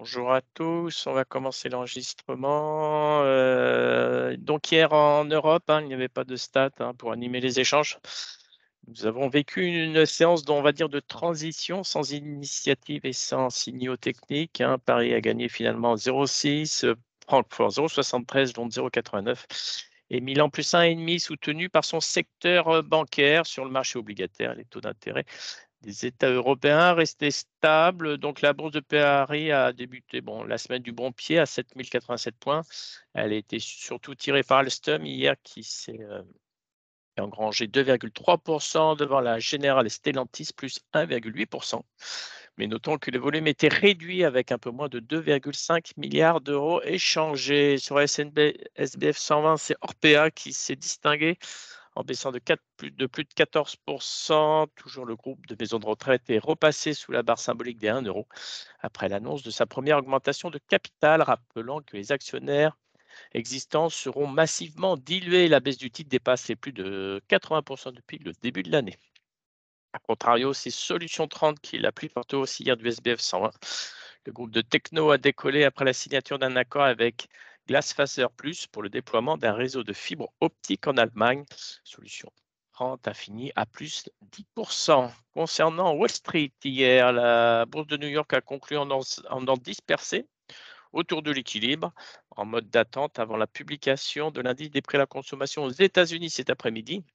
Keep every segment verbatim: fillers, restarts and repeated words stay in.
Bonjour à tous, on va commencer l'enregistrement. Euh, donc hier en Europe, hein, il n'y avait pas de stats hein, pour animer les échanges. Nous avons vécu une séance dont on va dire de transition, sans initiative et sans signaux techniques, hein. Paris a gagné finalement zéro virgule six, euh, Francfort zéro virgule soixante-treize, Londres zéro virgule quatre-vingt-neuf et Milan plus un virgule cinq soutenu par son secteur euh, bancaire sur le marché obligataire, les taux d'intérêt des États européens restaient stables. Donc, la bourse de Paris a débuté bon, la semaine du bon pied à sept mille quatre-vingt-sept points. Elle a été surtout tirée par Alstom hier qui s'est euh, engrangé deux virgule trois pour cent devant la General Stellantis plus un virgule huit pour cent. Mais notons que le volume était réduit avec un peu moins de deux virgule cinq milliards d'euros échangés. Sur S N B, S B F cent vingt, c'est Orpea qui s'est distingué en baissant de, quatre, plus, de plus de quatorze pour cent. Toujours le groupe de maisons de retraite est repassé sous la barre symbolique des un euro après l'annonce de sa première augmentation de capital, rappelant que les actionnaires existants seront massivement dilués. La baisse du titre dépasse les plus de quatre-vingts pour cent depuis le début de l'année. A contrario, c'est Solution trente qui est la plus forte haussière du S B F cent vingt. Le groupe de Techno a décollé après la signature d'un accord avec Glasfaser Plus pour le déploiement d'un réseau de fibre optique en Allemagne. Solution trente a fini à plus dix pour cent. Concernant Wall Street, hier, la bourse de New York a conclu en ordre dispersé autour de l'équilibre, en mode d'attente avant la publication de l'indice des prix à la consommation aux États-Unis cet après-midi.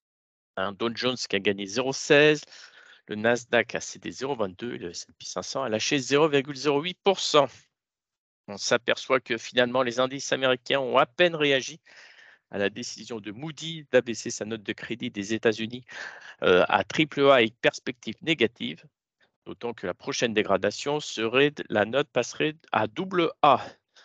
Un Dow Jones qui a gagné zéro virgule seize, le Nasdaq a cédé zéro virgule vingt-deux et le S and P cinq cents a lâché zéro virgule zéro huit pour cent. On s'aperçoit que finalement les indices américains ont à peine réagi à la décision de Moody d'abaisser sa note de crédit des États-Unis euh, à triple A avec perspective négative, d'autant que la prochaine dégradation serait, la note passerait à double A.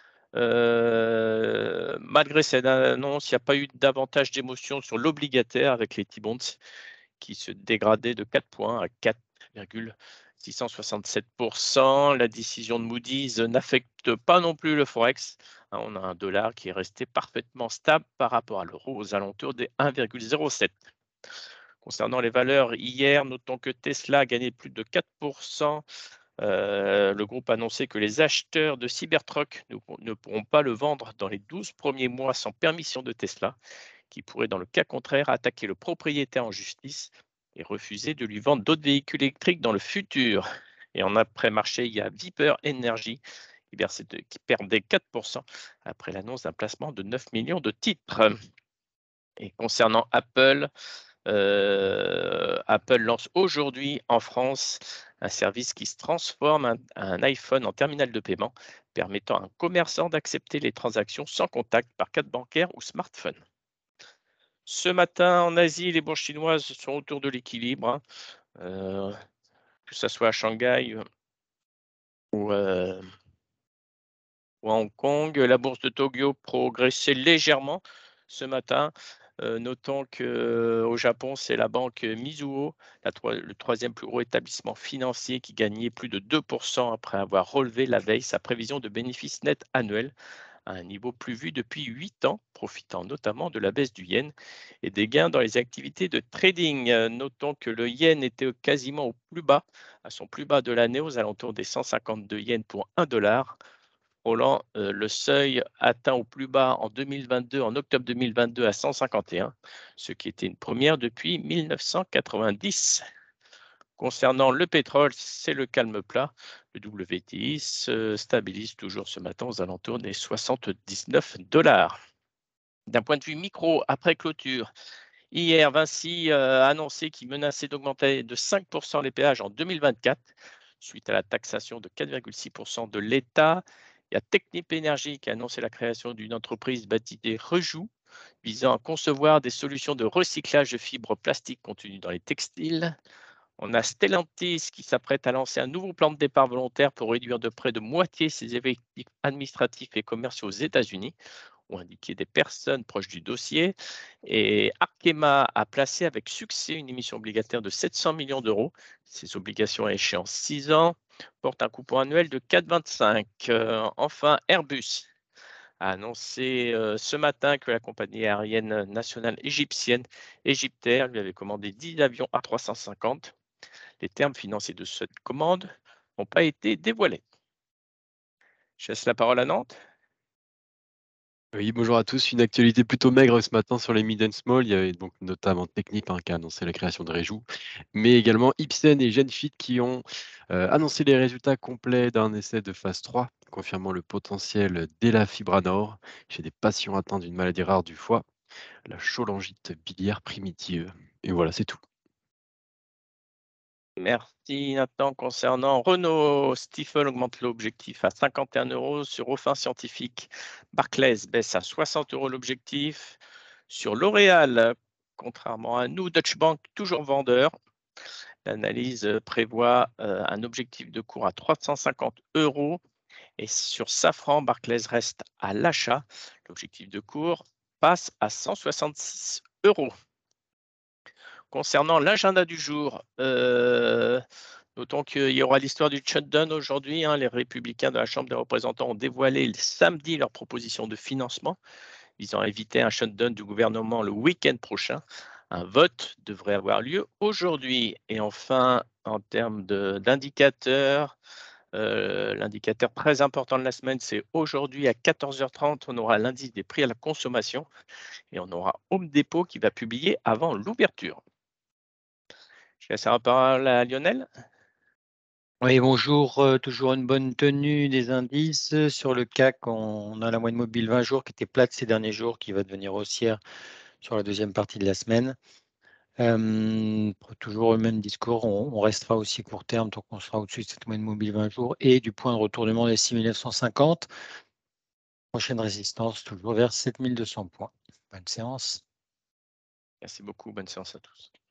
Euh, malgré cette annonce, il n'y a pas eu davantage d'émotion sur l'obligataire avec les T-bonds qui se dégradait de quatre points à quatre virgule six cent soixante-sept pour cent. La décision de Moody's n'affecte pas non plus le Forex. Hein, on a un dollar qui est resté parfaitement stable par rapport à l'euro aux alentours des un virgule zéro sept. Concernant les valeurs, hier, notons que Tesla a gagné plus de quatre pour cent. Euh, le groupe a annoncé que les acheteurs de Cybertruck ne, ne pourront pas le vendre dans les douze premiers mois sans permission de Tesla, qui pourrait, dans le cas contraire, attaquer le propriétaire en justice et refuser de lui vendre d'autres véhicules électriques dans le futur. Et en après-marché, il y a Viper Energy qui, de, qui perdait quatre pour cent après l'annonce d'un placement de neuf millions de titres. Et concernant Apple, euh, Apple lance aujourd'hui en France un service qui se transforme un, un iPhone en terminal de paiement, permettant à un commerçant d'accepter les transactions sans contact par carte bancaire ou smartphone. Ce matin, en Asie, les bourses chinoises sont autour de l'équilibre, hein. Euh, que ce soit à Shanghai euh, ou, euh, ou à Hong Kong. La bourse de Tokyo progressait légèrement ce matin. Euh, notons qu'au Japon, c'est la banque Mizuho, la troi- le troisième plus gros établissement financier qui gagnait plus de deux pour cent après avoir relevé la veille sa prévision de bénéfices nets annuels à un niveau plus vu depuis huit ans, profitant notamment de la baisse du yen et des gains dans les activités de trading. Euh, Notons que le yen était quasiment au plus bas, à son plus bas de l'année, aux alentours des cent cinquante-deux yens pour un dollar. Roland, euh, le seuil atteint au plus bas en deux mille vingt-deux, en octobre deux mille vingt-deux à cent cinquante et un, ce qui était une première depuis mille neuf cent quatre-vingt-dix. Concernant le pétrole, c'est le calme plat. Le W T I se stabilise toujours ce matin aux alentours des soixante-dix-neuf dollars. D'un point de vue micro, après clôture, hier, Vinci euh, a annoncé qu'il menaçait d'augmenter de cinq pour cent les péages en deux mille vingt-quatre, suite à la taxation de quatre virgule six pour cent de l'État. Il y a Technip Energy qui a annoncé la création d'une entreprise baptisée Rejoue, visant à concevoir des solutions de recyclage de fibres plastiques contenues dans les textiles. On a Stellantis qui s'apprête à lancer un nouveau plan de départ volontaire pour réduire de près de moitié ses effectifs administratifs et commerciaux aux États-Unis, ont indiqué des personnes proches du dossier. Et Arkema a placé avec succès une émission obligataire de sept cents millions d'euros. Ces obligations à échéance six ans portent un coupon annuel de quatre virgule vingt-cinq. Euh, enfin, Airbus a annoncé euh, ce matin que la compagnie aérienne nationale égyptienne, Égyptair, lui avait commandé dix avions A trois cent cinquante. Les termes financiers de cette commande n'ont pas été dévoilés. Je laisse la parole à Nantes. Oui, bonjour à tous. Une actualité plutôt maigre ce matin sur les mid and small. Il y avait donc notamment Technip hein, qui a annoncé la création de Réjou, mais également Ipsen et Genfit qui ont euh, annoncé les résultats complets d'un essai de phase trois, confirmant le potentiel d'Elafibranor chez des patients atteints d'une maladie rare du foie, la cholangite biliaire primitive. Et voilà, c'est tout. Merci. Maintenant, concernant Renault, Stifel augmente l'objectif à cinquante et un euros sur Aufin Scientifique. Barclays baisse à soixante euros l'objectif. Sur L'Oréal, contrairement à nous, Deutsche Bank toujours vendeur. L'analyse euh, prévoit euh, un objectif de cours à trois cent cinquante euros. Et sur Safran, Barclays reste à l'achat. L'objectif de cours passe à cent soixante-six euros. Concernant l'agenda du jour, euh, notons qu'il y aura l'histoire du shutdown aujourd'hui, hein. Les républicains de la Chambre des représentants ont dévoilé le samedi leur proposition de financement visant à éviter un shutdown du gouvernement le week-end prochain. Un vote devrait avoir lieu aujourd'hui. Et enfin, en termes de- d'indicateurs, euh, l'indicateur très important de la semaine, c'est aujourd'hui à quatorze heures trente, on aura l'indice des prix à la consommation et on aura Home Depot qui va publier avant l'ouverture. Je laisse la parole à Lionel. Oui, bonjour. euh, Toujours une bonne tenue des indices. Sur le C A C, on a la moyenne mobile vingt jours qui était plate ces derniers jours, qui va devenir haussière sur la deuxième partie de la semaine. Euh, toujours le même discours, on, on restera aussi court terme tant qu'on sera au-dessus de cette moyenne mobile vingt jours et du point de retournement des six mille neuf cent cinquante. Prochaine résistance, toujours vers sept mille deux cents points. Bonne séance. Merci beaucoup, bonne séance à tous.